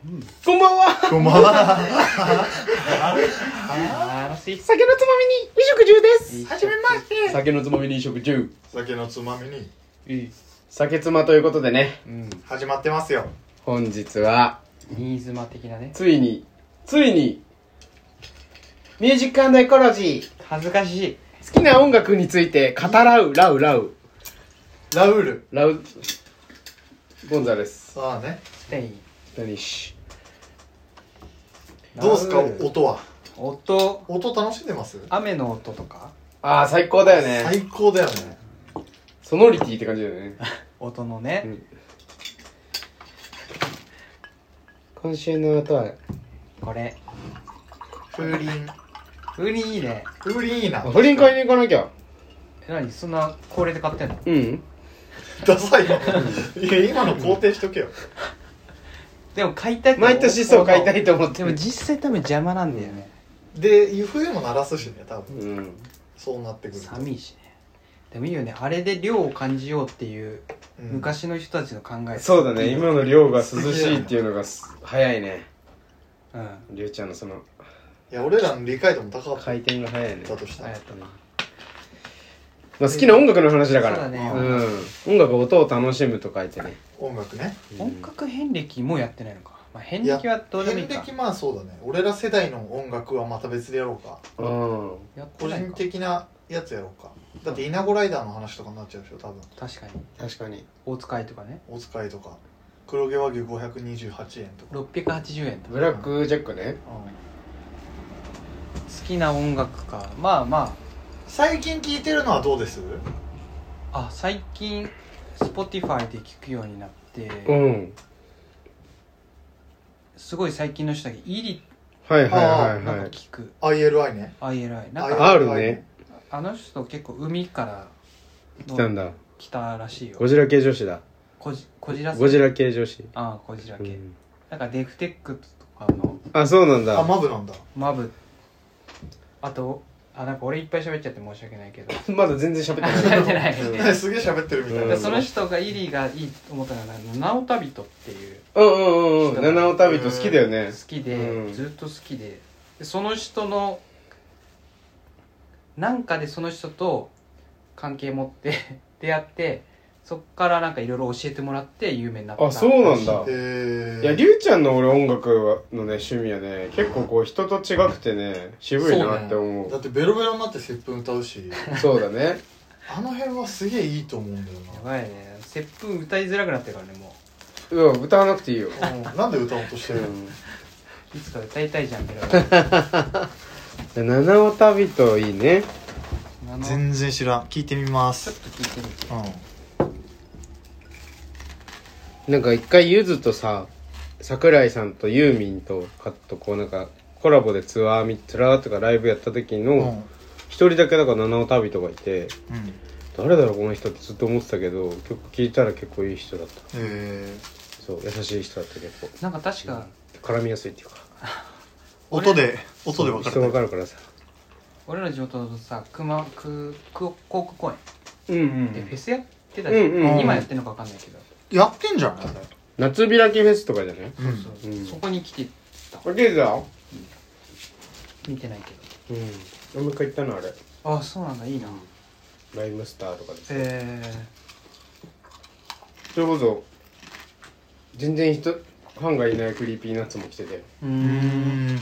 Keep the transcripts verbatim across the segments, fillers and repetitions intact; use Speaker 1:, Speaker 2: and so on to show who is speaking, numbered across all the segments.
Speaker 1: うん、こんばんは。
Speaker 2: こんばんは。
Speaker 1: 酒のつまみにに食中です。
Speaker 2: はじめまして。
Speaker 1: 酒のつまみに食中。
Speaker 2: 酒のつまみに
Speaker 1: いい酒つまということでね、
Speaker 2: うん、始まってますよ。
Speaker 1: 本日は
Speaker 3: 新妻的なね、
Speaker 1: ついについにミュージック&エコロジー、
Speaker 3: 恥ずかしい、
Speaker 1: 好きな音楽について語らうラウラウ
Speaker 2: ラウール
Speaker 1: ラウゴンザレス、
Speaker 2: さあね、
Speaker 3: スペイン
Speaker 1: スペニッシ
Speaker 2: ュ。どうすか音は。
Speaker 3: 音
Speaker 2: 音楽しんでます？
Speaker 3: 雨の音とか。
Speaker 1: ああ最高だよね。
Speaker 2: 最高だよね。
Speaker 1: ソノリティって感じだよね。
Speaker 3: 音のね、うん、
Speaker 1: 今週の音は
Speaker 3: これ
Speaker 2: 風鈴。
Speaker 3: 風鈴いいね。
Speaker 2: 風鈴いいな。
Speaker 1: 風鈴買いに行かなきゃ。
Speaker 3: え、何そんな高齢で買ってんの？
Speaker 1: うん
Speaker 2: ダサいよ。いや今の肯定しとけよ。
Speaker 3: でも買いたい、
Speaker 1: 毎年そう買いたいと思って。
Speaker 3: でも実際多分邪魔なんだよね、
Speaker 2: うん、で冬も鳴らすしね多分、うん、そうなってくると
Speaker 3: 寒いしね。でもいいよね、あれで涼を感じようっていう、うん、昔の人たちの考え。
Speaker 1: そうだね、今の涼が涼しいっていうのが早いね。
Speaker 3: うん、
Speaker 1: りゅうちゃんのその
Speaker 2: いや俺らの理解度も高かった。
Speaker 1: 回転が早いね。
Speaker 2: だとしたら、
Speaker 1: まあ、好きな音楽の話だから。
Speaker 3: そうだね、
Speaker 1: うん、音楽音を楽しむと書いてね。
Speaker 2: 音楽ね、
Speaker 3: うん、音楽遍歴もやってないのか。まあ、遍歴はどうでもいいか。
Speaker 2: 遍歴まあそうだね。俺ら世代の音楽はまた別でやろうか。
Speaker 1: うん、
Speaker 2: 個人的なやつやろうか。だって稲子ライダーの話とかになっちゃうでしょ多分。
Speaker 3: 確かに
Speaker 1: 確かに。
Speaker 3: 大塚愛とかね。
Speaker 2: 大塚愛とか黒毛和牛ごひゃくにじゅうはちえんとか
Speaker 3: ろっぴゃくはちじゅうえんとか。
Speaker 1: ブラックジャックね、うん、
Speaker 3: 好きな音楽か。まあまあ
Speaker 2: 最近聴いてるのはどうです？
Speaker 3: あ、最近 Spotify で聴くようになって、
Speaker 1: うん、
Speaker 3: すごい最近の人だけイリ、
Speaker 1: はいはいはいはい、
Speaker 3: なんか聞く
Speaker 2: アイエルアイ ね
Speaker 3: アイエルアイ なんか
Speaker 1: R ね。
Speaker 3: あの人結構海から
Speaker 1: 来たんだ。
Speaker 3: 来たらしいよ。
Speaker 1: ゴジラ系女子だ。
Speaker 3: ゴジゴジラ
Speaker 1: ゴジラ系女子。
Speaker 3: ああゴジラ系、うん、なんかデフテックとかの。
Speaker 1: あ、そうなんだ。
Speaker 2: あ、マブなんだ。
Speaker 3: マブ。あとあ、なんか俺いっぱい喋っちゃって申し訳ないけど
Speaker 1: まだ全然喋ってない
Speaker 3: 喋ってない、
Speaker 2: うん、すげえ喋ってるみたいな、
Speaker 3: うん、その人がイリがいいと思ったのが七尾旅人っていう。
Speaker 1: うんうんうん、七尾旅人好きだよね。
Speaker 3: 好きで、うん、ずっと好きで、でその人のなんかでその人と関係持って出会って、そっからなんかいろいろ教えてもらって有名になった。
Speaker 1: あ、そうなんだ。
Speaker 2: へ
Speaker 1: いや、りゅうちゃんの俺音楽のね趣味はね、結構こう人と違くてね、渋いなって思う。
Speaker 2: そうね、だってベロベロになって接吻歌うし。
Speaker 1: そうだね。
Speaker 2: あの辺はすげえいいと思うんだよな。
Speaker 3: やばいね、接吻歌いづらくなってるからねも
Speaker 1: う。うん、歌わなくていいよ。
Speaker 2: なんで歌おうとしてるの？
Speaker 3: いつか歌いたいじゃんベロベロ。
Speaker 1: 七尾旅人いいね。
Speaker 2: 全然知らん。聞いてみます。
Speaker 3: ちょっと聞いてみて。
Speaker 1: うん。なんか一回ゆずとさ、桜井さんとユーミンとかとこうなんかコラボでツアーみツアーとかライブやった時の一人だけだから七尾旅人がいて、うん、誰だろうこの人ってずっと思ってたけど、曲聴いたら結構いい人だった。へえ。そう、優しい人だった結構。
Speaker 3: なんか確か、
Speaker 1: うん、絡みやすいっていうか。
Speaker 2: 音で音で分かる。
Speaker 1: 人分かるからさ。
Speaker 3: 俺らの地元のさ、熊くく航空公園、
Speaker 1: うんうん、
Speaker 3: でフェスやってたじゃん、うんうん、今やってんのか分かんないけど
Speaker 2: やってんじゃん。
Speaker 1: 夏開きフェスとかじゃない？
Speaker 3: そうそう、うん、そこに来てた。
Speaker 1: これ出てた？
Speaker 3: 見てないけど。
Speaker 1: うん、もう一回行ったのあれ。
Speaker 3: あ、そうなんだ、いいな。
Speaker 1: ライムスターとかです。
Speaker 3: へえ。
Speaker 1: それこそ全然人ファンがいないクリーピーナッツも来てて。うーん。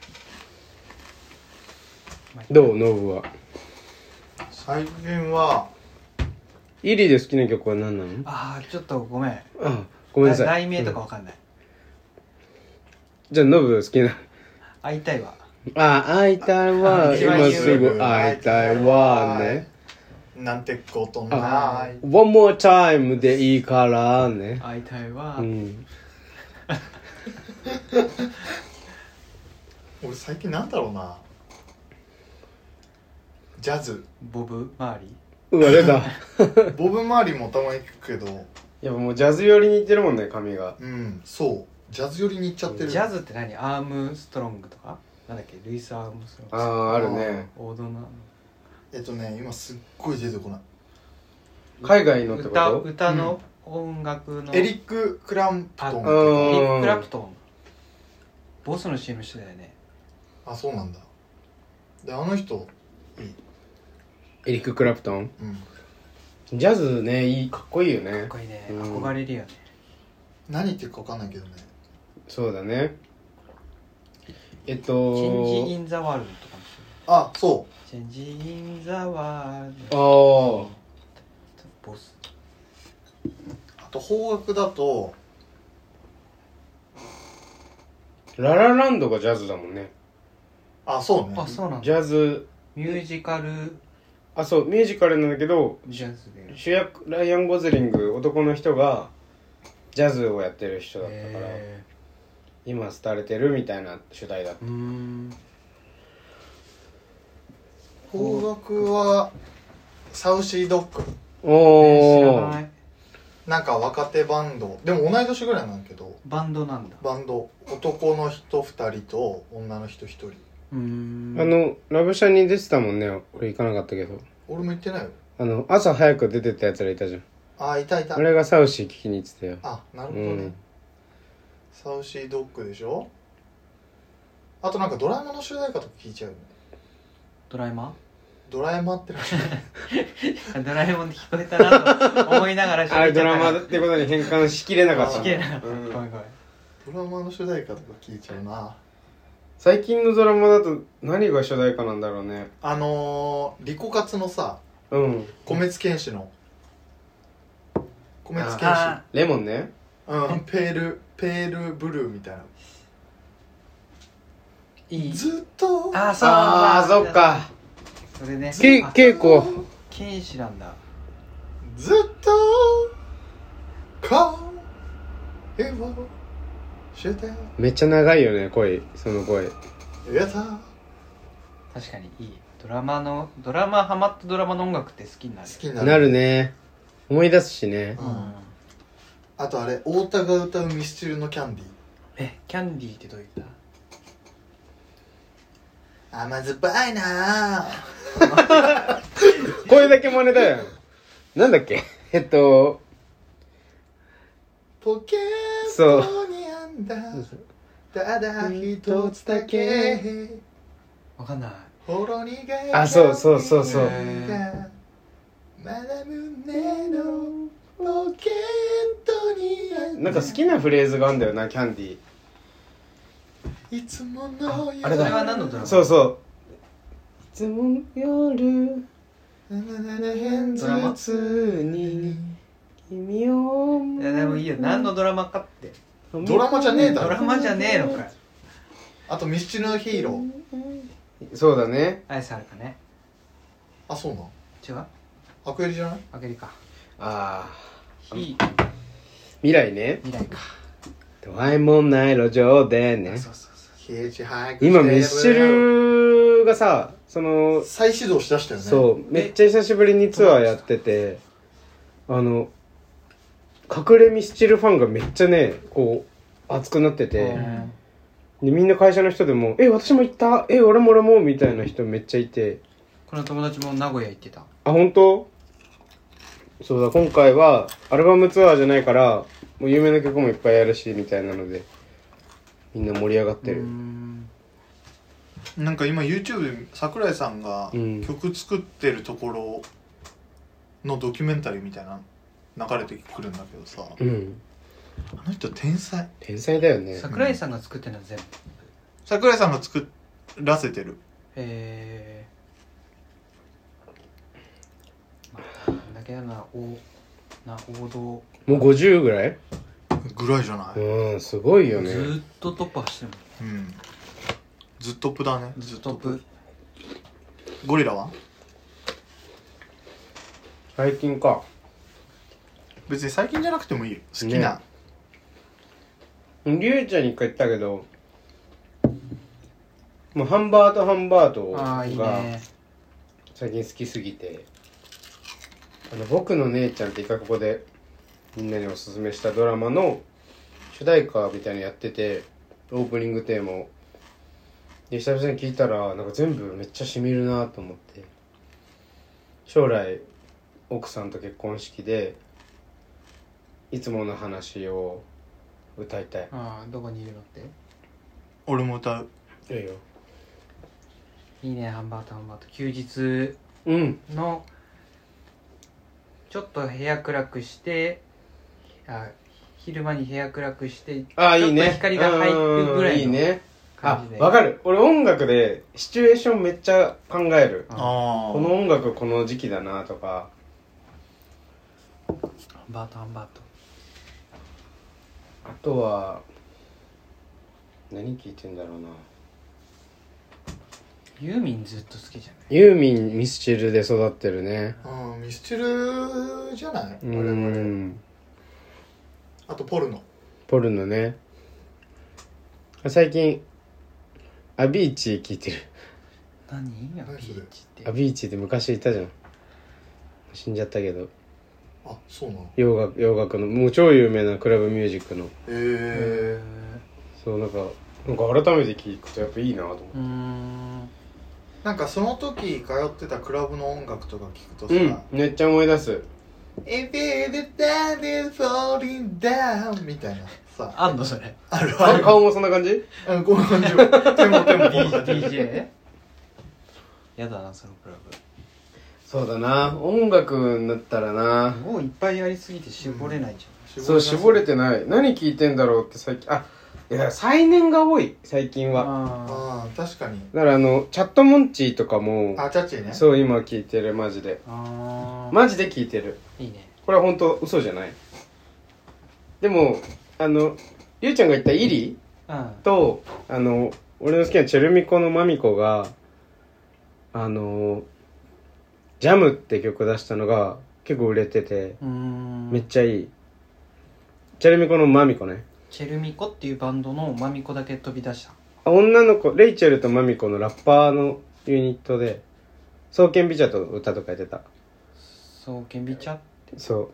Speaker 1: どうノブは？
Speaker 2: 最近は
Speaker 1: イリで好きな曲は何なの？
Speaker 3: ああ、ちょっとごめん。
Speaker 1: あ、ごめんなさい。
Speaker 3: 題名とかわかんない。
Speaker 1: うん、じゃあノブ好きな。
Speaker 3: 会いたいわ。
Speaker 1: あ、会いたいわ。今すぐ会いたいわね。
Speaker 2: なんてことない。
Speaker 1: One more time でいいからね。
Speaker 3: 会いたいわ。
Speaker 1: うん。
Speaker 2: 俺最近なんだろうな。ジャズ。
Speaker 3: ボブ周り。
Speaker 1: うわ出た。
Speaker 2: ボブ周りもたまに聞くけど。
Speaker 1: いやもうジャズ寄りに行ってるもんね髪が。
Speaker 2: うん、そう。ジャズ寄りに行っちゃってる。
Speaker 3: ジャズって何？アームストロングとか？なんだっけ？ルイス・アームストロング。
Speaker 1: ああ、あるね。
Speaker 3: 王道な。
Speaker 2: えっとね、今すっごい出てこない。
Speaker 1: 海外のってこと？
Speaker 3: 歌、歌の音楽の、
Speaker 2: うん、エリック・クランプトン。
Speaker 3: エリック・クラプトン。 ボスの シーエム してたよね。
Speaker 2: あ、そうなんだ。であの人いい。
Speaker 1: エリック・クラプトン。
Speaker 2: うん。
Speaker 1: ジャズね、いい、かっこいいよね。
Speaker 3: かっこいいね、
Speaker 1: うん
Speaker 3: 憧れるよね。
Speaker 2: 何言ってるか分かんないけどね。
Speaker 1: そうだね。えっ
Speaker 3: チェンジ・イ
Speaker 1: と
Speaker 3: ン・ザ・ワールドとかもし
Speaker 2: あ、そ
Speaker 3: れない。チェンジ・イン・ザ・ワールド。
Speaker 1: ああ
Speaker 3: ボス。
Speaker 2: う。あと邦楽だと
Speaker 1: ララランドがジャズだもんね。
Speaker 2: あ、そうね。
Speaker 3: あ、そうなん
Speaker 1: ジ
Speaker 3: だ。
Speaker 1: ャズ、
Speaker 3: ミュージカル
Speaker 1: あ、そうミュージカルなんだけど、
Speaker 3: ジャズで。
Speaker 1: 主役ライアン・ゴズリング、男の人がジャズをやってる人だったから、
Speaker 3: へ
Speaker 1: 今廃れてるみたいな主題だった。
Speaker 3: ーうーん。
Speaker 2: 邦楽はサウシードッグ。
Speaker 1: おー、
Speaker 3: 知らない。
Speaker 2: なんか若手バンドでも同い年ぐらいなんだけど、
Speaker 3: バンドなんだ。
Speaker 2: バンド男の人ふたりと女の人ひとり。
Speaker 3: うーん。
Speaker 1: あのラブシャに出てたもんね。俺行かなかったけど、
Speaker 2: 俺も行ってないよ。
Speaker 1: あの朝早く出てったやつらいたじゃん。
Speaker 2: あ、いたいた。
Speaker 1: あれがサウシー聞きに行ってたよ。
Speaker 2: あ、なるほどね、
Speaker 1: うん
Speaker 2: サウシードッグでしょ。あとなんかドラえもんの主題歌とか聞いちゃうよね。
Speaker 3: ドラえもん
Speaker 2: ドラえもんって何
Speaker 3: ドラえもんで聞こえたなと思いながら
Speaker 1: あれドラマってことに変換しきれなかった
Speaker 3: しきれなかった。
Speaker 1: うん
Speaker 3: ごめんごめん。
Speaker 2: ドラマの主題歌とか聞いちゃうな。
Speaker 1: 最近のドラマだと何が主題歌なんだろうね。
Speaker 2: あのー、リコカツのさ、
Speaker 1: うん
Speaker 2: 米津玄師の米津玄師、
Speaker 3: あ
Speaker 1: レモンね。
Speaker 2: うん、ペールペールブルーみたいな。
Speaker 3: いい。
Speaker 2: ずっと
Speaker 3: あー、そう
Speaker 1: ああそっか。
Speaker 3: それね。
Speaker 1: け
Speaker 3: あ
Speaker 1: 稽古。
Speaker 3: 剣士なんだ。
Speaker 2: ずっと声をして
Speaker 1: めっちゃ長いよね声、その声。
Speaker 2: やった
Speaker 3: 確かにいい。ドラマのドラマハマったドラマの音楽って好きになる。
Speaker 2: 好きになる。
Speaker 1: なるね。思い出すしね。
Speaker 2: うんあとあれ太田が歌うミスチルのキャンディー。
Speaker 3: え、キャンディーってどういう歌？
Speaker 2: 甘酸っぱいな
Speaker 1: 声だけ真似だよ。なんだっけえっと
Speaker 2: ポケッ
Speaker 1: そう
Speaker 2: トにあんだただ一つだけ
Speaker 3: わかんない。
Speaker 2: ほろ苦い
Speaker 1: あそうそうそうそう
Speaker 2: 香りがまだ胸のポケットにあんだ。
Speaker 1: なんか好きなフレーズがあるんだよな、キャンディー。
Speaker 2: いつもの夜
Speaker 1: あれだ
Speaker 3: それは何のドラマ？
Speaker 1: そうそう。いつもの夜
Speaker 2: 変
Speaker 3: ドラマ
Speaker 1: 頭に君を
Speaker 3: いやでもいいよ。何のドラマかって。
Speaker 2: ドラマじゃねえだろ
Speaker 3: ドラマじゃねえのかよ。
Speaker 2: あとミスチルのヒーロー。
Speaker 1: そうだね。
Speaker 3: 綾瀬はるかね。
Speaker 2: あ、そうなの。
Speaker 3: 違う？
Speaker 2: アクエリじゃない。
Speaker 3: あげりか。
Speaker 1: ああ
Speaker 3: ひ
Speaker 1: 未来ね。
Speaker 3: 未来か。
Speaker 1: たわいもない路上でね。
Speaker 3: そうそうそ
Speaker 2: ヒッチハイク
Speaker 1: 今ミスチルがさ、その
Speaker 2: 再始動しだしたよね。
Speaker 1: そうめっちゃ久しぶりにツアーやってて、あの隠れミスチルファンがめっちゃねこう熱くなって
Speaker 3: う。
Speaker 1: て、
Speaker 3: うん
Speaker 1: でみんな会社の人でもえ私も行ったえ俺も俺もみたいな人めっちゃいて、
Speaker 3: この友達も名古屋行ってた。
Speaker 1: あ本当？そうだ今回はアルバムツアーじゃないからもう有名な曲もいっぱいやるしみたいなのでみんな盛り上がって
Speaker 3: うー
Speaker 1: る。
Speaker 3: ん
Speaker 2: なんか今 YouTube で桜井さんが
Speaker 1: うん
Speaker 2: 曲作ってるところのドキュメンタリーみたいな流れてくるんだけどさ、
Speaker 1: うん
Speaker 2: あの人天才。
Speaker 1: 天才だよね。
Speaker 3: 桜井さんが作ってるの全部。
Speaker 2: 桜井さんが作らせてる。
Speaker 3: へえ。まあだけどなおな王道。
Speaker 1: もうごじゅうぐらい？
Speaker 2: ぐらいじゃない。
Speaker 1: うんすごいよね。
Speaker 3: ずーっとトップ走ってる
Speaker 2: うん。ずっとトップだね。
Speaker 3: もん。ずっとトップ。
Speaker 2: ゴリラは
Speaker 1: 最近か。
Speaker 2: 別に最近じゃなくてもいいよ。好きな。
Speaker 1: りゅうちゃんに一回言ったけどもうハンバートハンバート
Speaker 3: ああいい
Speaker 1: が
Speaker 3: ね。
Speaker 1: 最近好きすぎて、あの僕の姉ちゃんって一回ここでみんなにおすすめしたドラマの主題歌みたいなのやってて、オープニングテーマをで久々に聞いたらなんか全部めっちゃしみるなと思って、将来奥さんと結婚式でいつもの話を歌いたい。
Speaker 3: ああどこにいるのって？
Speaker 2: 俺も歌う。
Speaker 1: いいよ。
Speaker 3: いいね、ハンバートハンバート。休日
Speaker 1: うん
Speaker 3: のちょっと部屋暗くしてあ昼間に部屋暗くして
Speaker 1: あ、いいね。
Speaker 3: ちょっと光が入るぐらいの
Speaker 1: いいね。あ
Speaker 3: 感じで、
Speaker 1: わかる。俺音楽でシチュエーションめっちゃ考える。
Speaker 2: ああ
Speaker 1: この音楽この時期だなとか。
Speaker 3: ハンバートハンバート。
Speaker 1: あとは何聞いてんだろうな。
Speaker 3: ユーミンずっと好きじゃない？
Speaker 1: ユーミンミスチルで育ってるね。
Speaker 2: うん、ミスチルじゃない、
Speaker 1: う
Speaker 2: 我々。
Speaker 1: ん。
Speaker 2: あとポルノ。
Speaker 1: ポルノね。最近アビーチ聞いてる。
Speaker 3: 何？ア
Speaker 2: 何それ
Speaker 3: ビーチって
Speaker 1: アビーチって昔いたじゃん。死んじゃったけど。
Speaker 2: あ、そうなの。
Speaker 1: 洋楽洋楽のもう超有名なクラブミュージックの。
Speaker 2: へえ。
Speaker 1: そうなんかなんか改めて聞くとやっぱいいなと思って。
Speaker 3: うーん。
Speaker 2: なんかその時通ってたクラブの音楽とか聞くとさ、
Speaker 1: うん、めっちゃ思い出す。
Speaker 2: If it is falling down みたいなさ、
Speaker 3: あんのそれ？
Speaker 2: あるある。
Speaker 1: あ顔もそんな感じ？
Speaker 2: うん、こんな感じよ。でもでも
Speaker 3: ディージェー？ やだなそのクラブ。
Speaker 1: そうだな、音楽になったらな、
Speaker 3: もういっぱいやりすぎて絞れないじ
Speaker 1: そう絞れてない。何聞いてんだろうって最近、あ、いや再燃が多い最近
Speaker 3: ゃん。
Speaker 1: は。
Speaker 3: あ
Speaker 2: ああ、確かに。
Speaker 1: だからあのチャットモンチーとかも
Speaker 2: あ、チャッチーね。
Speaker 1: そう今聞いてる。マジで
Speaker 3: あー、
Speaker 1: マジで聞いてる。
Speaker 3: いいね。
Speaker 1: これは本当嘘じゃない。でもあのゆうちゃんが言ったイリ
Speaker 3: うん
Speaker 1: とあの俺の好きなチェルミコのマミコがあのジャムって曲出したのが結構売れてて
Speaker 3: うーん。
Speaker 1: めっちゃいい。チェルミコのマミコね。
Speaker 3: チェルミコっていうバンドのマミコだけ飛び出した。
Speaker 1: あ、女の子レイチェルとマミコのラッパーのユニットで双剣美茶と歌とかやってた。
Speaker 3: そうけんびちゃ。
Speaker 1: そう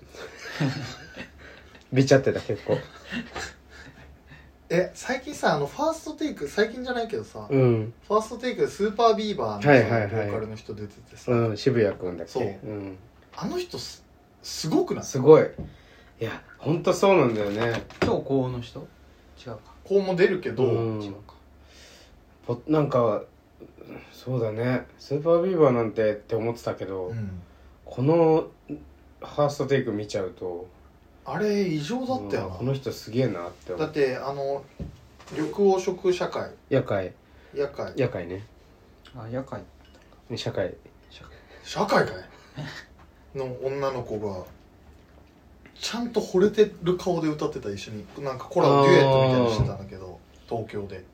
Speaker 1: 美茶ってた結構。
Speaker 2: え、最近さ、あのファーストテイク、最近じゃないけどさ、
Speaker 1: うん
Speaker 2: ファーストテイクでスーパービーバーのさ、
Speaker 1: はいはいはい
Speaker 2: ボーカルの人出ててさ、
Speaker 1: うん、渋谷くんだっけ。
Speaker 2: そう
Speaker 1: うん、
Speaker 2: あの人すすごくない？
Speaker 1: すごい。いやほんとそうなんだよね。
Speaker 3: 超高音の人？違うか。
Speaker 2: こうも出るけど、
Speaker 1: うん
Speaker 3: 違うか。
Speaker 1: ぽなんかそうだね、スーパービーバーなんてって思ってたけど、
Speaker 2: うん
Speaker 1: このファーストテイク見ちゃうと
Speaker 2: あれ異常だったよな。
Speaker 1: うんこの人すげえなって思う。
Speaker 2: だってあの緑黄色社会、
Speaker 1: 夜会
Speaker 2: 夜会、
Speaker 1: 夜会ね、
Speaker 3: あ、夜会。
Speaker 1: 社会
Speaker 2: 社会かいの女の子がちゃんと惚れてる顔で歌ってた。一緒になんかコラボデュエットみたいにしてたんだけど、東京で。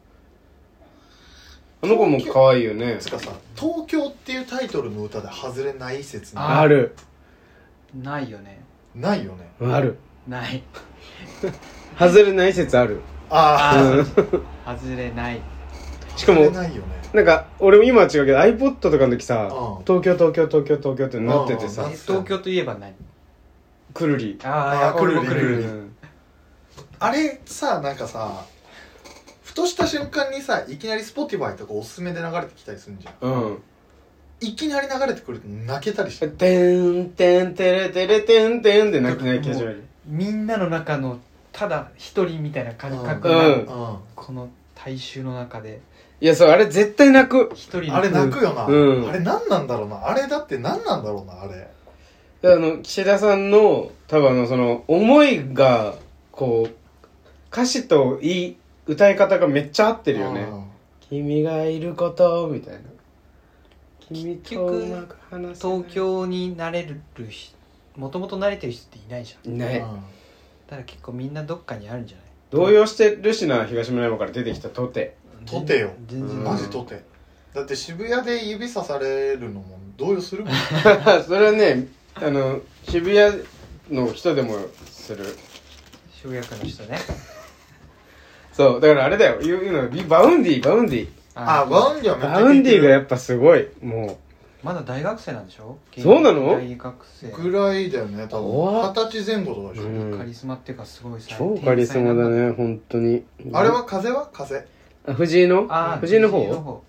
Speaker 1: あの子も可愛いよね。
Speaker 2: つかさ、東京っていうタイトルの歌で外れない説
Speaker 3: あ
Speaker 1: ある
Speaker 3: ないよね。
Speaker 2: ないよね。
Speaker 1: ある。
Speaker 3: ない。
Speaker 1: 外れない説ある。
Speaker 2: あ
Speaker 1: うん
Speaker 3: あ、外れない。
Speaker 2: あ、
Speaker 1: しかも
Speaker 2: 外れないよね。
Speaker 1: なんか俺も今は違うけど iPod とかの時さ、
Speaker 2: うん
Speaker 1: 東京東京東京東京ってなっててさ
Speaker 2: うん、
Speaker 3: え東京といえば何？
Speaker 1: くるり。
Speaker 3: あ
Speaker 2: あーくるり
Speaker 3: 俺もくるり。
Speaker 1: うん
Speaker 2: あれさ、なんかさ、ふとした瞬間にさ、いきなり Spotify とかおすすめで流れてきたりするんじゃん。
Speaker 1: うん。
Speaker 2: いきなり流れてくると泣けたりして。
Speaker 1: てんてんてれてれてんてんで泣き泣き始まる。
Speaker 3: みんなの中のただ一人みたいな感覚が、
Speaker 1: うん
Speaker 2: うん
Speaker 3: この大衆の中で
Speaker 1: いやそうあれ絶対泣く。
Speaker 3: 一人の
Speaker 2: あれ泣くよな、
Speaker 1: うん
Speaker 2: あれ何なんだろうな、あれだって何なんだろうな、あれ。
Speaker 1: あの岸田さんの多分あのその思いがこう歌詞といい歌い方がめっちゃ合ってるよね。君がいることみたいな。君とうまく話せない
Speaker 3: 東京に慣れる人、もともと慣れてる人っていないじゃん。
Speaker 1: いない。
Speaker 2: うん
Speaker 3: だから結構みんなどっかにあるんじゃない？
Speaker 1: 動揺してるしな、東村山から出てきたとて。
Speaker 2: とてよ、
Speaker 3: 全然
Speaker 1: うん
Speaker 2: マジとて。だって渋谷で指さされるのも動揺するもん。
Speaker 1: それはね、あの渋谷の人でもする。
Speaker 3: 渋谷区の人ね。
Speaker 1: そうだからあれだよ、言うのバウンディバウンディ
Speaker 2: あ、バウンディはめっちゃ
Speaker 1: バウンディがや
Speaker 2: っ
Speaker 1: っぱすごい。も
Speaker 3: まだ大学生なんでしょ？
Speaker 1: そうなの
Speaker 3: 大学生。
Speaker 2: ぐらいだよね、多
Speaker 1: 怖っ
Speaker 2: 分二十歳前後とかでしょ、
Speaker 1: うん
Speaker 3: カリスマっていうかすごいさ。
Speaker 1: う超カリスマだ
Speaker 3: 天才なん
Speaker 1: ね本当に。
Speaker 2: あれは風は風
Speaker 1: あ藤井の
Speaker 3: あー
Speaker 1: 藤井の方
Speaker 3: 藤井の方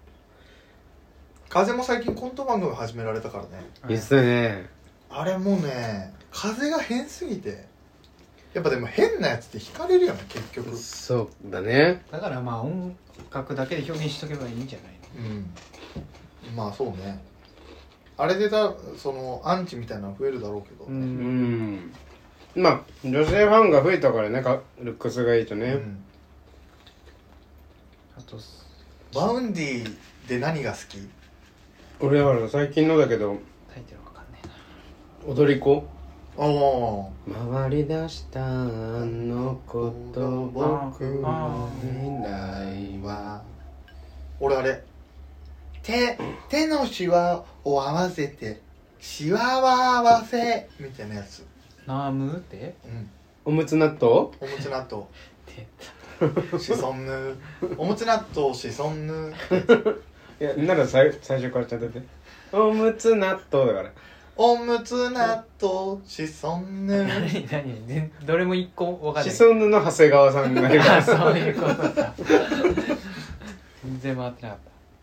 Speaker 2: 風も最近コント番組始められたからね。
Speaker 1: 言ってたね。
Speaker 2: あれもうね、風が変すぎて、いやっぱでも変なやつって惹かれるよね結局。
Speaker 1: そうだね。
Speaker 3: だからまあ音楽だけで表現しとけばいいんじゃないの。
Speaker 2: うんまあそうね。あれでだそのアンチみたいなの増えるだろうけど、
Speaker 3: う
Speaker 1: うんんまあ女性ファンが増えたからね、かルックスがいいとね、
Speaker 2: うん、
Speaker 3: あと
Speaker 2: バウンディで何が好き？
Speaker 1: 俺は最近のだけど
Speaker 3: タイトルわかんね
Speaker 1: 踊り子
Speaker 2: あ
Speaker 1: 回り出したあのこと僕の未来は。
Speaker 2: 俺あれ手手のシワを合わせてシワは合わせみたいなやつ。
Speaker 3: えな。ナムって
Speaker 2: うん
Speaker 1: おむつ納豆
Speaker 2: おむつ納豆
Speaker 3: て
Speaker 2: シソンヌおむつ納豆シソンヌ。
Speaker 1: いやなら最最初からちゃんとやっておむつ納豆だから
Speaker 2: おむつ納豆シソンヌ。
Speaker 3: 何何全どれも一個わかんない。
Speaker 1: シソンヌの長谷川さんがいるか
Speaker 3: あ
Speaker 1: ら
Speaker 3: そういうことか。全然回ってなかっ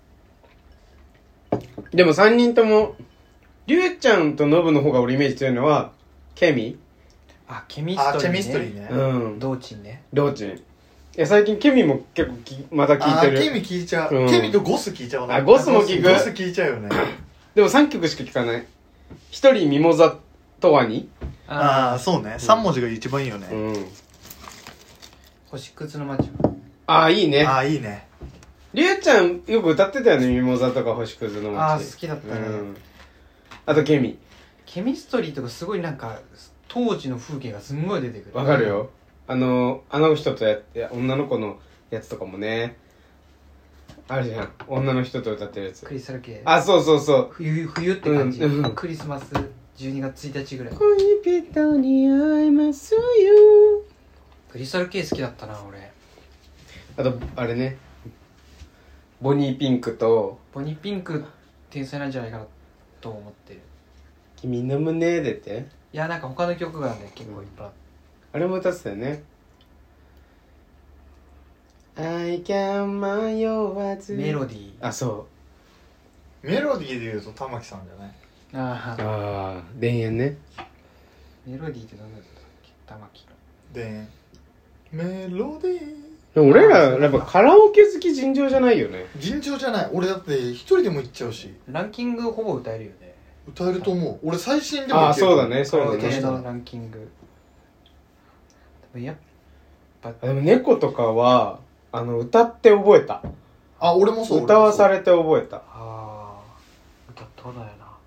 Speaker 1: でもさんにんともりゅうちゃんとノブの方が俺イメージ強いのはケミ
Speaker 3: た。あケミストリーね。
Speaker 2: あチェミストリーね。
Speaker 1: うん
Speaker 3: 道珍ね。
Speaker 1: ローチン。いや最近ケミも結構きまた聞いてる。
Speaker 2: あケミ聞いちゃう、
Speaker 1: うん
Speaker 2: ケミとゴス聞いちゃうな。
Speaker 1: あゴスも聞く
Speaker 2: ゴス聞いちゃうよね。
Speaker 1: でもさんきょくしか聞かない。一人ミモザとワニ。
Speaker 2: ああそうね、さん文字が一番いいよね。
Speaker 1: うん。
Speaker 3: 星屑の街。
Speaker 1: ああいいね。
Speaker 2: ああいいね。
Speaker 1: りゅうちゃんよく歌ってたよね、ミモザとか星屑の街。
Speaker 3: あー好きだったね
Speaker 1: うん。あとケミ。
Speaker 3: ケミストリーとかすごいなんか当時の風景がすんごい出てくる。
Speaker 1: わかるよ。あのあの人とやいや女の子のやつとかもね。あるじゃん。女の人と歌ってるやつ
Speaker 3: ク。リスタル系。
Speaker 1: あ、そうそうそう。
Speaker 3: 冬冬って感じ、
Speaker 1: うんうん
Speaker 3: クリスマスじゅうにがつついたちぐらい。
Speaker 1: 恋人に会いますよ。
Speaker 3: クリスタル系好きだったな俺。
Speaker 1: あとあれね、ボニーピンクと
Speaker 3: ボニーピンク天才なんじゃないかなと思ってる。
Speaker 1: 君の胸でって
Speaker 3: いやなんか他の曲がね結構いっぱいあって、
Speaker 1: あれも歌ってたよね。I can 迷わず
Speaker 3: メロディー。
Speaker 1: あ、そ
Speaker 2: メロディーで言うと玉木さんじゃない？
Speaker 3: あ
Speaker 1: う。ああ、田園ね。
Speaker 3: メロディーってどんなだったっけ、玉木の。
Speaker 2: でメロディー
Speaker 1: でも俺らやっぱカラオケ好き尋常じゃないよね。
Speaker 2: 尋常じゃない。俺だって一人でも行っちゃうし
Speaker 3: ランキングほぼ歌えるよね。
Speaker 2: 歌えると思う。俺最新でも
Speaker 1: ああ、
Speaker 2: いける。
Speaker 1: そうだね、そうだ
Speaker 3: カラオケ
Speaker 1: ね。
Speaker 3: のランキング。でもやっぱ
Speaker 1: あでも猫とかはあの歌って覚えた。
Speaker 2: あ俺もそう。
Speaker 1: 歌わさ
Speaker 2: れ
Speaker 1: れて覚えた。
Speaker 3: ああ歌ったことないな。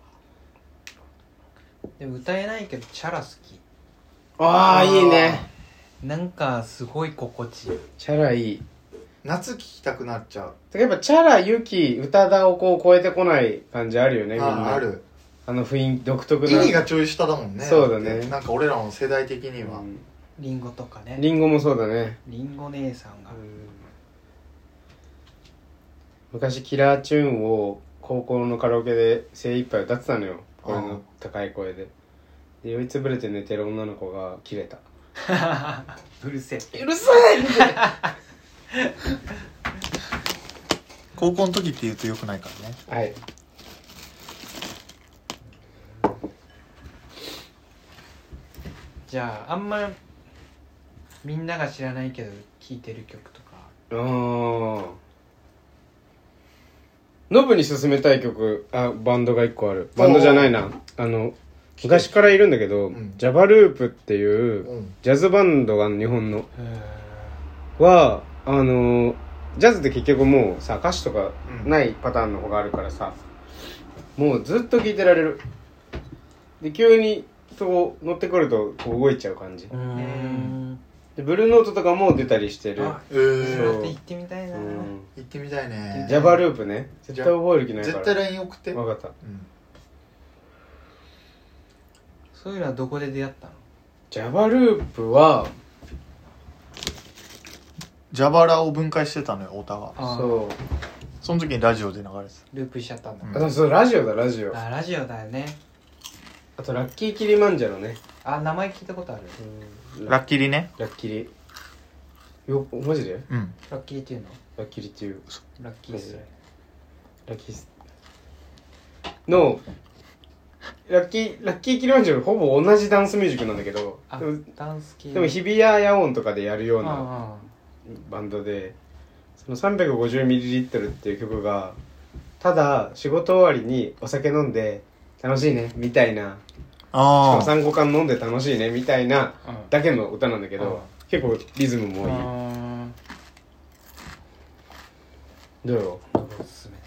Speaker 3: でも歌えないけどチャラ好き。
Speaker 1: ああ、いいね。
Speaker 3: なんかすごい心地いい。
Speaker 1: チャラいい。
Speaker 2: 夏聞きたくなっちゃう。
Speaker 1: やっぱチャラ、ユキ、宇多田をこう超えてこない感じあるよね、みん
Speaker 2: あ
Speaker 1: な。
Speaker 2: ある。
Speaker 1: あの雰囲気独特な。
Speaker 2: 意味がちょい下だもんね。
Speaker 1: そうだね
Speaker 2: なんか俺らの世代的には、
Speaker 1: うん
Speaker 3: リンゴとかね。
Speaker 1: リンゴもそうだね。
Speaker 3: リンゴ姉さんが、
Speaker 1: 昔キラーチューンを高校のカラオケで精一杯歌ってたのよ。俺の高い声で。で酔いつぶれて寝てる女の子がキレた。
Speaker 3: うるせえ。
Speaker 1: うるさい
Speaker 2: 高校の時って言うとよくないからね。
Speaker 1: はい。
Speaker 3: じゃああんまみんなが知らないけど聴いてる曲とか。
Speaker 1: あー。ノブに勧めたい曲、あ、バンドが一個ある。バンドじゃないな。あの、昔からいるんだけど、
Speaker 2: うん
Speaker 1: ジャバループっていう
Speaker 2: うん
Speaker 1: ジャズバンドがある日本の。
Speaker 3: へ
Speaker 1: はあのジャズって結局もうさ歌詞とか
Speaker 2: うん
Speaker 1: ないパターンの方があるからさ、もうずっと聴いてられる。で急にそう乗ってくるとこう動いちゃう感じ
Speaker 3: うーん。
Speaker 1: でブルーノートとかも出たりしてる。
Speaker 3: あ、
Speaker 2: え
Speaker 3: そう
Speaker 2: ー、
Speaker 3: やって行ってみたいな。
Speaker 1: うん
Speaker 2: 行ってみたいね。
Speaker 1: ジャバループね、絶対覚える気ないから。
Speaker 2: 絶対 ライン 送って。
Speaker 1: 分かった。
Speaker 2: うん
Speaker 3: そういうのはどこで出会ったの？
Speaker 1: ジャバループは
Speaker 2: 蛇腹を分解してたのよ、太田が。
Speaker 3: あー
Speaker 1: そう
Speaker 2: その時にラジオで流れて
Speaker 3: ループしちゃったんだ。
Speaker 2: うん
Speaker 1: あそうラジオだラジオ。
Speaker 3: あ、ラジオだよね。
Speaker 1: あとラッキーキリマンジャロね。
Speaker 3: あ、名前聞いたことある。
Speaker 1: うん
Speaker 2: た。ラッキリね。
Speaker 1: ラッキリよマジで
Speaker 2: うん。
Speaker 3: ラッキーっていうの？
Speaker 1: ラッキリっていう
Speaker 3: ラッキースライ
Speaker 1: ラッキースのラッキーラッキーキリマンジャロほぼ同じダンスミュージックなんだけど、
Speaker 3: あ
Speaker 1: でも
Speaker 3: ダンス系
Speaker 1: でも日比谷野音とかでやるような
Speaker 3: あ
Speaker 1: バンドで、その さんびゃくごじゅうミリリットル っていう曲がただ仕事終わりにお酒飲んで楽しいねみたいな、しかも
Speaker 2: あ
Speaker 1: 産後缶飲んで楽しいねみたいな
Speaker 3: あ
Speaker 1: だけの歌なんだけど、結構リズムもいい。
Speaker 3: あ
Speaker 1: どうよ。
Speaker 3: おすすめね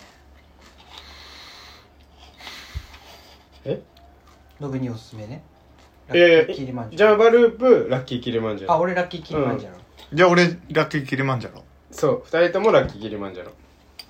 Speaker 1: え
Speaker 3: ノブにおすすめね。ラ
Speaker 1: え
Speaker 3: ッキーキリマンジ
Speaker 1: ジ
Speaker 3: ャロ
Speaker 1: ャンバループラッキーキリマンジャロ。
Speaker 3: あ俺ラッキーキリマンジャロ、
Speaker 2: じゃあ俺ラッキーキリマンジャロ。
Speaker 1: そう二人ともラッキーキリマンジャロ。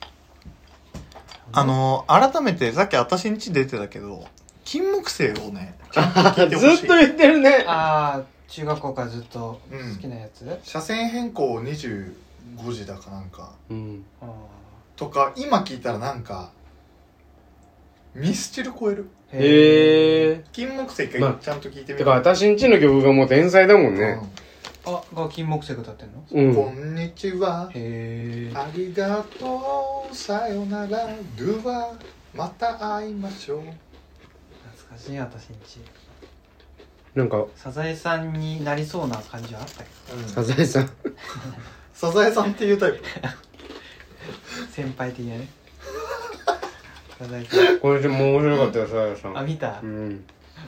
Speaker 2: あのー、改めてさっき私んち出てたけど金木犀をねちゃんと聞いてほしい。
Speaker 1: ずっと言ってるね。
Speaker 3: ああ中学校からずっと
Speaker 2: うん
Speaker 3: 好きなやつ、
Speaker 2: 車線変更にじゅうごじだかなんか
Speaker 1: うん。
Speaker 3: あ
Speaker 2: とか今聞いたらなんかミスチル超える。
Speaker 3: ー
Speaker 1: へえ。
Speaker 2: 金木犀一
Speaker 1: まあ
Speaker 2: 回ちゃんと聞いてみる。
Speaker 1: てか私んちの曲がもう天才だもんね。
Speaker 3: あが金木犀歌ってんの
Speaker 1: うん。
Speaker 2: うんこんにちは
Speaker 3: へえ
Speaker 2: ありがとうさよならドゥはまた会いましょう。
Speaker 3: 懐かしい私んち
Speaker 1: なんか
Speaker 3: サザエさんになりそうな感じはあったけ
Speaker 2: うん
Speaker 1: サザエさん。
Speaker 2: サザエさんっていうタイプ。
Speaker 3: ど先輩的なねサザエさん
Speaker 1: これでも面白かったよサザエさん。
Speaker 3: あ見た、
Speaker 1: うん。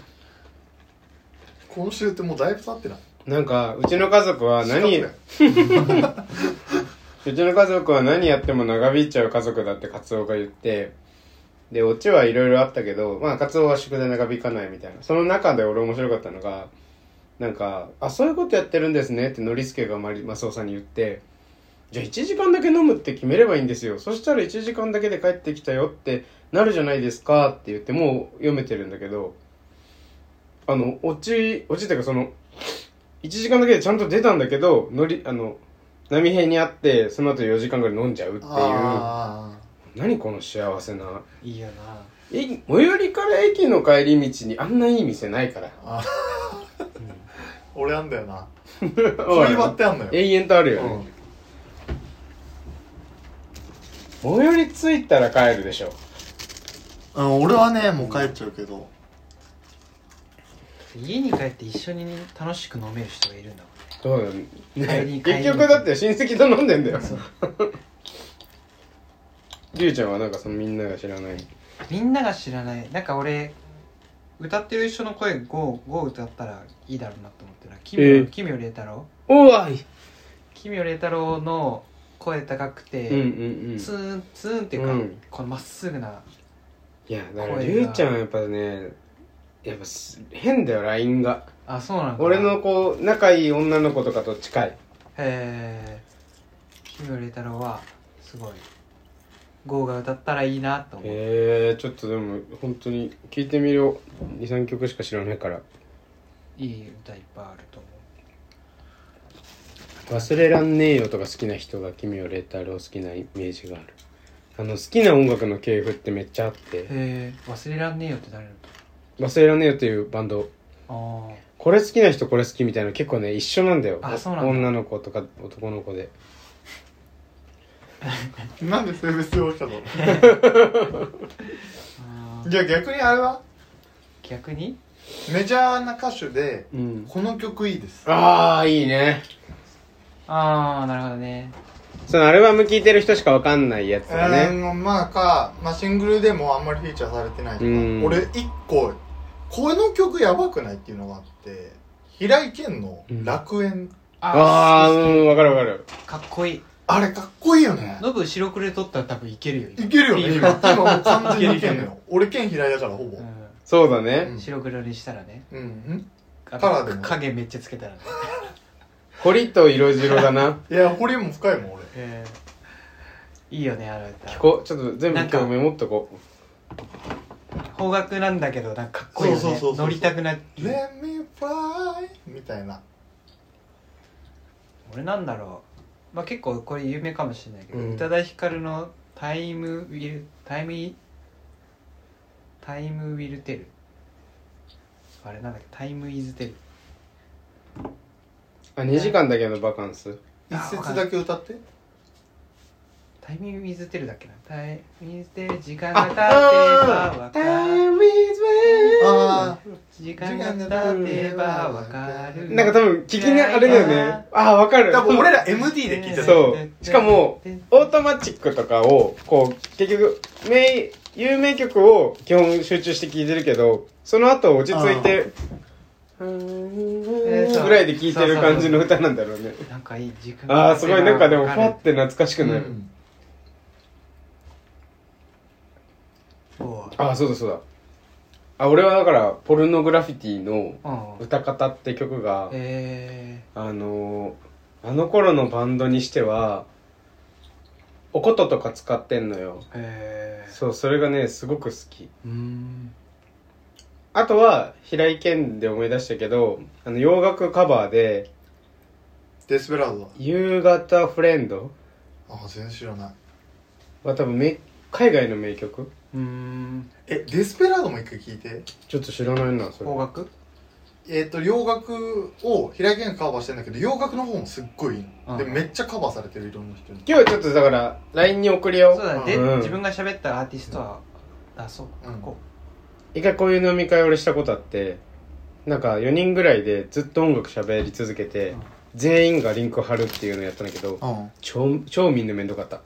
Speaker 2: 今週ってもうだいぶ経ってない。
Speaker 1: なんかうちの家族は何
Speaker 2: 四角だよ
Speaker 1: うちの家族は何やっても長引いちゃう家族だってカツオが言って、でオチはいろいろあったけど、まあカツオは宿題長引かないみたいな。その中で俺面白かったのが、なんかあそういうことやってるんですねってノリスケがマリマスオさんに言って、じゃあいちじかんだけ飲むって決めればいいんですよ、そしたらいちじかんだけで帰ってきたよってなるじゃないですかって言って、もう読めてるんだけど、あのオチオチっていうかそのいちじかんだけでちゃんと出たんだけど、ノリあの波平にあってその後よじかんぐらい飲んじゃうっていう、
Speaker 2: あ
Speaker 1: 何この幸せな。
Speaker 3: いいよな
Speaker 1: え最寄りから駅の帰り道にあんないい店ないから。
Speaker 2: ーあー俺あんだよな
Speaker 1: 恋
Speaker 2: 恋場ってあんのよ。
Speaker 1: 永遠とあるよね、
Speaker 2: うん
Speaker 1: 最寄り着いたら帰るでしょ。
Speaker 2: うん俺はねもう帰っちゃうけど
Speaker 3: 家に帰って一緒に楽しく飲める人がいるんだ
Speaker 1: そうだよね。
Speaker 3: 帰り
Speaker 1: 結局だって親戚と飲んでんだよ。
Speaker 3: そう
Speaker 1: りゅうちゃんはなんかそのみんなが知らない。
Speaker 3: みんなが知らないなんか俺歌ってる人の声ゴーゴー歌ったらいいだろうなと思ってる奇妙、
Speaker 1: えー
Speaker 3: 奇妙麗太郎
Speaker 1: おわい。
Speaker 3: 奇妙麗太郎の声高くて、
Speaker 1: うんうんうん。
Speaker 3: ツーンツーンっていうか、
Speaker 1: うん
Speaker 3: このまっすぐない
Speaker 1: やだから
Speaker 3: 声が
Speaker 1: りゅうちゃんはやっぱね、やっぱす変だよラインが。
Speaker 3: あそうなんだ
Speaker 1: 俺のこう仲いい女の子とかと近い。
Speaker 3: へえ奇妙麗太郎はすごいゴーが歌ったらいいなと思う、
Speaker 1: えー、ちょっとでも本当に聞いてみよう。にさんきょくしか知らないから。
Speaker 3: いい歌いっぱいあると思う
Speaker 1: 忘れらんねえよとか好きな人が奇妙麗太郎好きなイメージがある。あの好きな音楽の系譜ってめっちゃあって、
Speaker 3: へえ忘れらんねえよって誰の
Speaker 1: 忘れらんねえよっていうバンド、
Speaker 3: あ
Speaker 1: これ好きな人これ好きみたいなの結構ね一緒なんだよ。
Speaker 3: あそうなんだ
Speaker 1: 女の子とか男の子で。
Speaker 2: なんで性別用したの
Speaker 3: あ
Speaker 2: じゃあ逆にあれは
Speaker 3: 逆に
Speaker 2: メジャーな歌手で
Speaker 1: うん。
Speaker 2: この曲いいです。
Speaker 1: ああいいね。
Speaker 3: ああなるほどね
Speaker 1: そのアルバム聴いてる人しかわかんないやつ
Speaker 2: え
Speaker 1: だね。
Speaker 2: ー、まあか、まあ、シングルでもあんまりフィーチャーされてないとか、
Speaker 1: うん
Speaker 2: 俺一個この曲やばくないっていうのがあって、平井堅の楽園、
Speaker 1: ああ
Speaker 3: 好き好き
Speaker 1: うんわかるわかる。
Speaker 3: かっこいい
Speaker 2: あれかっこいいよね。
Speaker 3: ノブ白黒で撮ったら多分いけるよ
Speaker 2: いけるよね今今もう完全にいけんの
Speaker 3: い
Speaker 2: よ。俺剣平井だからほぼ、
Speaker 3: う
Speaker 1: そうだね。
Speaker 3: ん、白黒にしたらね
Speaker 2: うんうん
Speaker 3: あ
Speaker 2: カラーでも
Speaker 3: 影めっちゃつけたらね
Speaker 1: 彫りと色白だな。
Speaker 2: いや彫りも深いもん俺。
Speaker 3: えー、いいよねあの歌
Speaker 1: 聞こう。ちょっと全部
Speaker 3: なんか
Speaker 1: 今日メモっとこ
Speaker 3: 邦楽なんだけどなんかかっこいいよね
Speaker 2: そうそうそうそう
Speaker 3: 乗りたくなる
Speaker 2: Let me fly みたいな。
Speaker 3: 俺なんだろうまあ結構これ有名かもしれないけど、
Speaker 1: うん
Speaker 3: 宇多田ヒカルのタイムウィルタイムイタイムウィルテルあれなんだっけタイムイズテル
Speaker 1: う。あにじかんだけのバカンス。
Speaker 2: 一節だけ歌って。
Speaker 3: タイムイズテルだっけなタイムイズテル時間が経ってばわかる
Speaker 1: Time is
Speaker 2: あ
Speaker 3: 時間が経てばわかる。
Speaker 1: なんか多分聞きねあれだよね。ああわかる。
Speaker 2: あ多分俺ら エムディー で聞いてた。
Speaker 1: そうしかもオートマチックとかをこう結局名有名曲を基本集中して聴いてるけどその後落ち着いてうーんぐらいで聴いてる感じの歌なんだろうね。
Speaker 3: なんかいい時間
Speaker 1: ああすごいなんかでもファ
Speaker 3: わ
Speaker 1: って懐かしくなる、
Speaker 2: うん、
Speaker 1: ああそうだそうだ。あ俺はだからポルノグラフィティの
Speaker 3: うん
Speaker 1: 歌方って曲が、
Speaker 3: へ
Speaker 1: あのー、あの頃のバンドにしてはお琴とか使ってんのよ。
Speaker 3: えへえ
Speaker 1: そうそれがねすごく好き。
Speaker 3: うーん
Speaker 1: あとは平井堅で思い出したけどあの洋楽カバーで
Speaker 2: デスペラードだ。
Speaker 1: 夕方フレンド
Speaker 2: ああ全然知らない。
Speaker 1: は多分め海外の名曲。
Speaker 3: うーん
Speaker 2: えデスペラードも一回聞いて。
Speaker 1: ちょっと知らないなそれ。
Speaker 3: 邦楽
Speaker 2: えっ、ー、と洋楽を平井堅がカバーしてんだけど洋楽の方もすっごいいいの、
Speaker 3: うん
Speaker 2: でめっちゃカバーされてるいろんな人に。
Speaker 1: 今日はちょっとだから ライン に送りよう。
Speaker 3: そうだね、で
Speaker 1: うん
Speaker 3: 自分が喋ったアーティストは出そう、
Speaker 2: うん
Speaker 3: こ
Speaker 1: 一回こういう飲み会俺したことあってなんかよにんぐらいでずっと音楽喋り続けて、
Speaker 3: うん
Speaker 1: 全員がリンク貼るっていうのをやったんだけど、
Speaker 2: うん
Speaker 1: 超超みんなめんどかった。
Speaker 3: う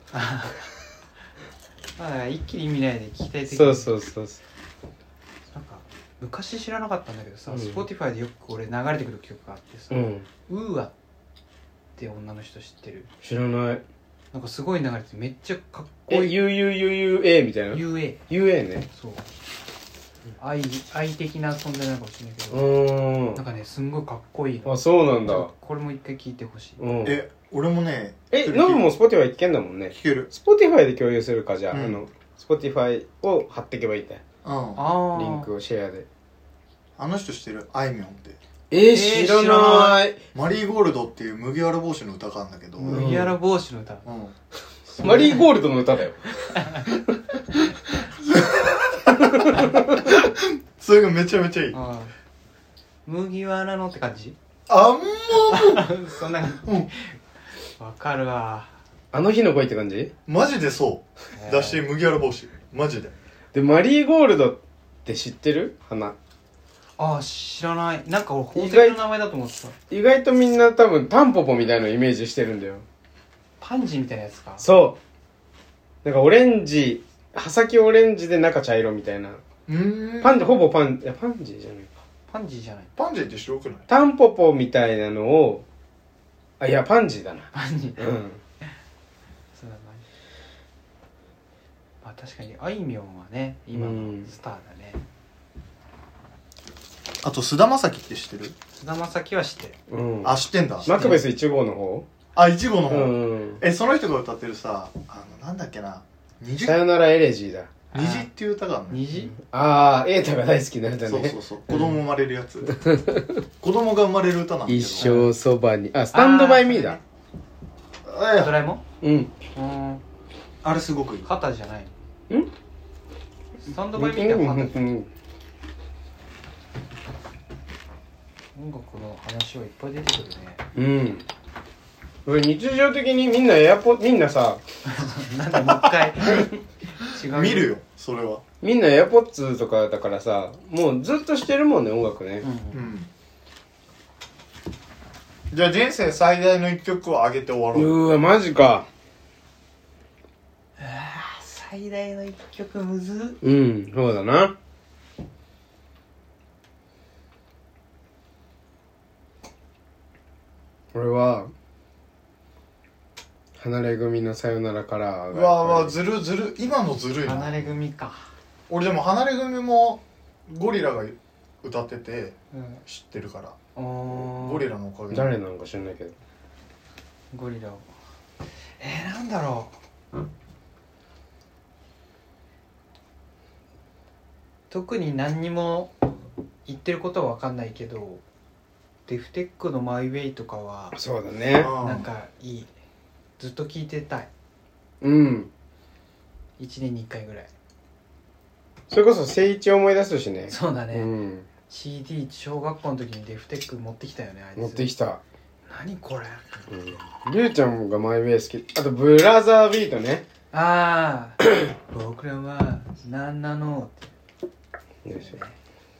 Speaker 3: まあ一気に見ないで聞きたい時に
Speaker 1: そうそうそうそ
Speaker 3: なんか昔知らなかったんだけどさ、
Speaker 1: うん
Speaker 3: Spotify でよく俺流れてくる曲があってさ、
Speaker 1: う。うん
Speaker 3: ウーアって女の人知ってる？
Speaker 1: 知らない。
Speaker 3: なんかすごい流れててめっちゃかっこ
Speaker 1: え
Speaker 3: いい
Speaker 1: ユーユーユーユーエー みたいな
Speaker 3: ユーエー
Speaker 1: ユーエー ね。
Speaker 3: そう愛愛的な存在なのかもしれないけ
Speaker 1: う
Speaker 3: ど、
Speaker 1: ーん
Speaker 3: なんかねすんごいかっこいいの。
Speaker 1: あそうなんだ。
Speaker 3: これも一回聞いてほしい。
Speaker 1: うん
Speaker 2: え俺もね
Speaker 1: えノブも Spotify 聞けんだもんね。
Speaker 2: 聞ける。
Speaker 1: Spotify で共有するかじゃあ、
Speaker 2: うん
Speaker 1: あの Spotify を貼っていけばいいんだよ。
Speaker 2: うん
Speaker 3: ああ
Speaker 1: リンクをシェアで。
Speaker 2: あの人知ってる？あいみょんって
Speaker 1: えー、
Speaker 3: ー
Speaker 1: 知ら
Speaker 3: 知ら
Speaker 1: な。
Speaker 3: ない
Speaker 2: マリーゴールドっていう麦わら帽子の歌があるんだけど、
Speaker 1: うん
Speaker 3: 麦わら帽子の歌。
Speaker 2: うん
Speaker 1: マリーゴールドの歌だよ。
Speaker 2: それがめちゃめちゃいい。
Speaker 3: ああ麦わらのって感じ？
Speaker 2: あんも
Speaker 3: そんな
Speaker 2: うん
Speaker 3: わかるわ。
Speaker 1: あの日の恋って感じ
Speaker 2: マジでそうだし麦わら帽子マジで。
Speaker 1: でマリーゴールドって知ってる花。
Speaker 3: ああ知らない。なんか俺宝石
Speaker 1: 意外
Speaker 3: の名前だと思ってた。
Speaker 1: 意外とみんな多分タンポポみたいなのイメージしてるんだよ。
Speaker 3: パンジーみたいなやつか。
Speaker 1: そうなんかオレンジ葉先オレンジで中茶色みたいな。
Speaker 2: うーん
Speaker 1: パンほぼパンいやパンジーじゃないか。
Speaker 3: パンジーじゃない。
Speaker 2: パンジーって白くない？
Speaker 1: タンポポみたいなのをあいやパンジーだな。
Speaker 3: パンジー。
Speaker 1: うん
Speaker 3: そうだな。まあ確かにあいみょんはね今のスターだね。
Speaker 2: あと菅田将暉って知ってる？
Speaker 3: 菅田将暉は知ってる。
Speaker 1: うん
Speaker 2: あ知ってんだ。
Speaker 1: マクベスいち号の方。
Speaker 2: あいちごの方、
Speaker 1: うん
Speaker 2: えその人が歌ってるさあのなんだっけな虹
Speaker 1: さよならエレジーだ。
Speaker 2: 虹っていう歌があるのよ。
Speaker 3: 虹？
Speaker 1: ああ瑛太が大好きな歌ね。
Speaker 2: そうそうそう子供生まれるやつ子供が生まれる歌なんだけど
Speaker 1: 一生そばにあスタンドバイミーだ。
Speaker 2: あいや
Speaker 3: ドラえもん？
Speaker 1: うん
Speaker 3: うん。
Speaker 2: あれすごくいい。
Speaker 3: 肩じゃないの？
Speaker 1: ん
Speaker 3: スタンドバイミーって肩。
Speaker 1: うん
Speaker 3: 音楽の話はいっぱい出てくるね。
Speaker 1: うん俺日常的にみんなエアポみんなさ
Speaker 3: なんでもう一回違う。
Speaker 2: 見るよそれは。
Speaker 1: みんなエアポッツとかだからさもうずっとしてるもんね音楽ね。
Speaker 3: うん。
Speaker 2: うんじゃあ人生最大の一曲を上げて終わろう。
Speaker 1: うーわマジか。
Speaker 3: ああ最大の一曲むずっ。
Speaker 1: うんそうだな。俺は離れ組のさよならカラーが
Speaker 2: うわうわずるずる今のずるいな。
Speaker 3: 離れ組か。
Speaker 2: 俺でも離れ組もゴリラが歌ってて
Speaker 3: うん。
Speaker 2: 知ってるから
Speaker 3: おー
Speaker 2: ゴリラのおかげで。
Speaker 1: 誰なのか知らないけど。
Speaker 3: ゴリラを。えー、なんだろう。特に何にも言ってることは分かんないけどデフテックのマイウェイとかは
Speaker 1: そうだね。
Speaker 2: うん
Speaker 3: なんかいい。ずっと聴いてたい。
Speaker 1: うん
Speaker 3: いちねんにいっかいぐらい。
Speaker 1: それこそ聖一を思い出すしね。
Speaker 3: そうだね、
Speaker 1: うん
Speaker 3: シーディー 小学校の時にデフテック持ってきたよねあいつ。
Speaker 1: 持ってきた。
Speaker 3: 何これ。
Speaker 1: うんりゅうちゃんがマイウェイ好き。あとブラザービートね。
Speaker 3: ああ僕らは何なのって
Speaker 1: よいしょ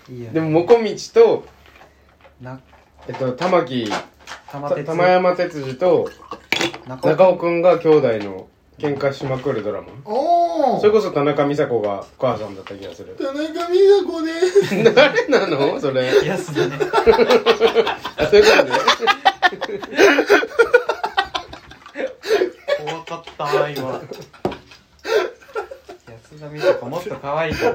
Speaker 3: いいよね。
Speaker 1: でももこみちと
Speaker 3: な
Speaker 1: えっと玉木た
Speaker 3: 玉鉄
Speaker 1: 玉山哲司と
Speaker 3: 中
Speaker 1: 中尾くんが兄弟の喧嘩しまくるドラマ。
Speaker 2: おお
Speaker 1: それこそ田中美佐子がお母さんだった気がする。
Speaker 2: 田中美佐子です
Speaker 1: 誰なのそれ。
Speaker 3: やすだね。
Speaker 1: あ、そういうことね。
Speaker 3: 怖かった今。安田美沙子もっと可愛いから。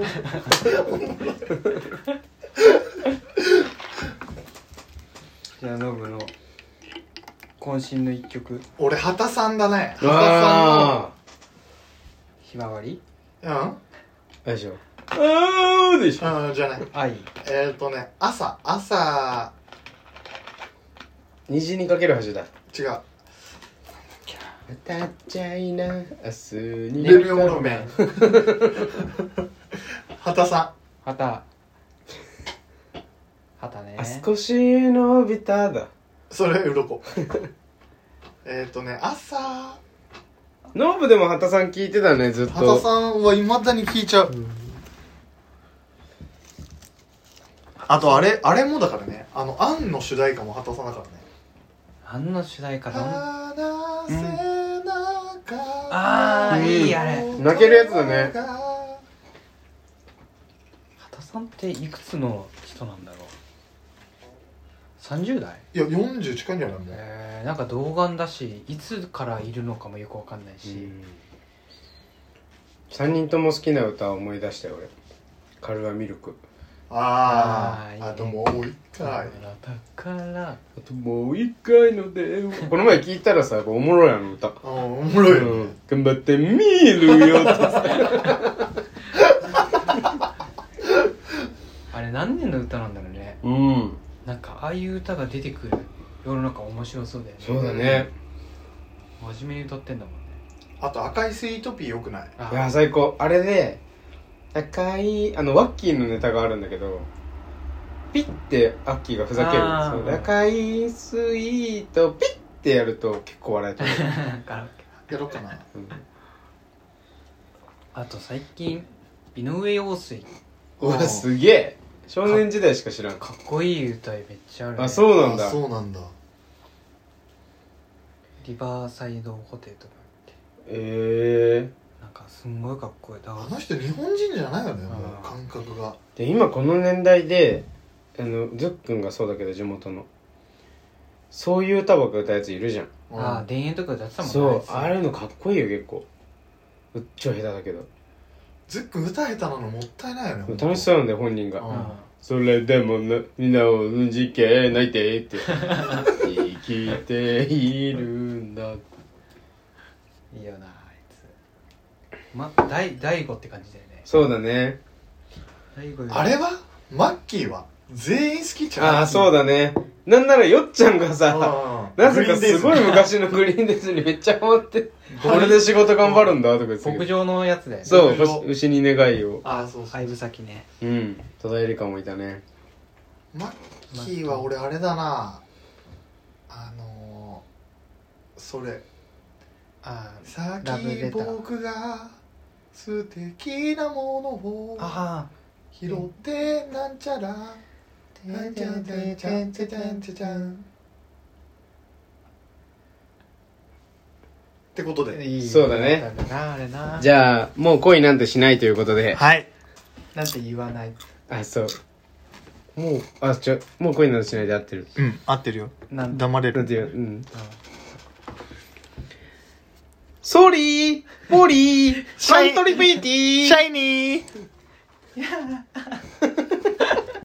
Speaker 3: じゃあノブの渾身の一曲。
Speaker 2: 俺畑さんだね。畑
Speaker 1: あ
Speaker 3: ひまわり。
Speaker 2: さんのうん
Speaker 1: あ。あれでしょ。あーでしょ。
Speaker 2: うんじゃない。
Speaker 3: 愛。
Speaker 2: えっ、ー、とね朝朝
Speaker 1: 虹にかける橋だ。
Speaker 2: 違う
Speaker 1: 歌っちゃいな明日に
Speaker 2: レビオロメン畑さ
Speaker 3: 旗。旗ね。
Speaker 1: あ少し伸びただ。
Speaker 2: んそれ鱗えっとね朝
Speaker 1: ノブでも畑さん聞いてたねずっと。
Speaker 2: 畑さんはいまだに聞いちゃう、うん、あとあれあれもだからねあのアンの主題歌も畑さんだからね
Speaker 3: あんの主題歌どん
Speaker 2: 離せなかった、
Speaker 3: ああ、いいあれ。
Speaker 1: 泣けるやつだね。
Speaker 3: 畑さんっていくつの人なんだろう。さんじゅう代？
Speaker 2: いやよんじゅう近いんじゃないもう、
Speaker 3: えー、なんか童顔だしいつからいるのかもよくわかんないし、うん、
Speaker 1: さんにんとも好きな歌を思い出したよ俺。カルアミルク。
Speaker 2: あー
Speaker 3: あ,
Speaker 2: あともう一回
Speaker 3: だから
Speaker 1: あともう一回の電話。この前聞いたらさおもろいあの歌。
Speaker 2: ああおもろいよ、ねうん、
Speaker 1: 頑張ってみるよって
Speaker 3: あれ何年の歌なんだろうね。
Speaker 1: うん
Speaker 3: なんかああいう歌が出てくる世の中面白そうだよね。
Speaker 1: そうだね。
Speaker 3: 真面目に歌ってんだもんね。
Speaker 2: あと赤いスイートピーよくない？
Speaker 1: いや最高。あれで赤いあのワッキーのネタがあるんだけどピッてアッキーがふざけるんですよ。赤いスイートピッてやると結構笑えてる
Speaker 2: やろうかな、
Speaker 3: うん、あと最近井上陽水。
Speaker 1: うわすげえ。少年時代しか知らん。
Speaker 3: かっこいい歌めっちゃあるね。
Speaker 1: あそうなんだ。
Speaker 2: あそうなんだ。
Speaker 3: リバーサイドホテルとかって
Speaker 1: ええー、
Speaker 3: なんかすんごいかっこいい。
Speaker 2: あの人日本人じゃないよね、もう感覚が。
Speaker 1: で今この年代であのズックンがそうだけど地元のそういう歌ばっか歌うやついるじゃん。
Speaker 3: うん、ああ田園とか歌ってたもんね。
Speaker 1: そうあれのかっこいいよ結構。うっちょ下手だけど
Speaker 2: ズックン歌下手なのもったいないよね。
Speaker 1: 楽しそうなんだよ本人が、
Speaker 2: うん、
Speaker 1: それでもなみんなをじけないてって生きているんだ。
Speaker 3: いいよなあいつ。ま大大悟って感じだよね。
Speaker 1: そうだね。
Speaker 3: 大悟
Speaker 2: あれはマッキーは全員好きちゃう。
Speaker 1: ああそうだね。なんならよっちゃんがさなぜかすごい昔のグリーンデスにめっちゃハマってこれで仕事頑張るんだとか言って
Speaker 3: 牧場のやつだよね。
Speaker 1: そう牛に願いを。
Speaker 3: ああそうそう相武咲ね。
Speaker 1: うん戸田恵梨香もいたね。
Speaker 2: マッキーは俺あれだなあのー、それ
Speaker 3: ああ
Speaker 2: さっき僕が素敵なものを拾ってなんちゃらてんちゃんてんちゃんてんちゃんてんちゃんってことで
Speaker 1: いいそうだね。
Speaker 3: なあれな。
Speaker 1: じゃあもう恋なんてしないということで。
Speaker 2: はい
Speaker 3: なんて言わない。
Speaker 1: あそうもうあちょもう恋なんてしないで合ってる。
Speaker 2: うん合ってるよ。
Speaker 3: なん
Speaker 2: 黙れる。
Speaker 1: なんて言ううん。ソーリーポリーサントリーピーティー
Speaker 2: シャイニー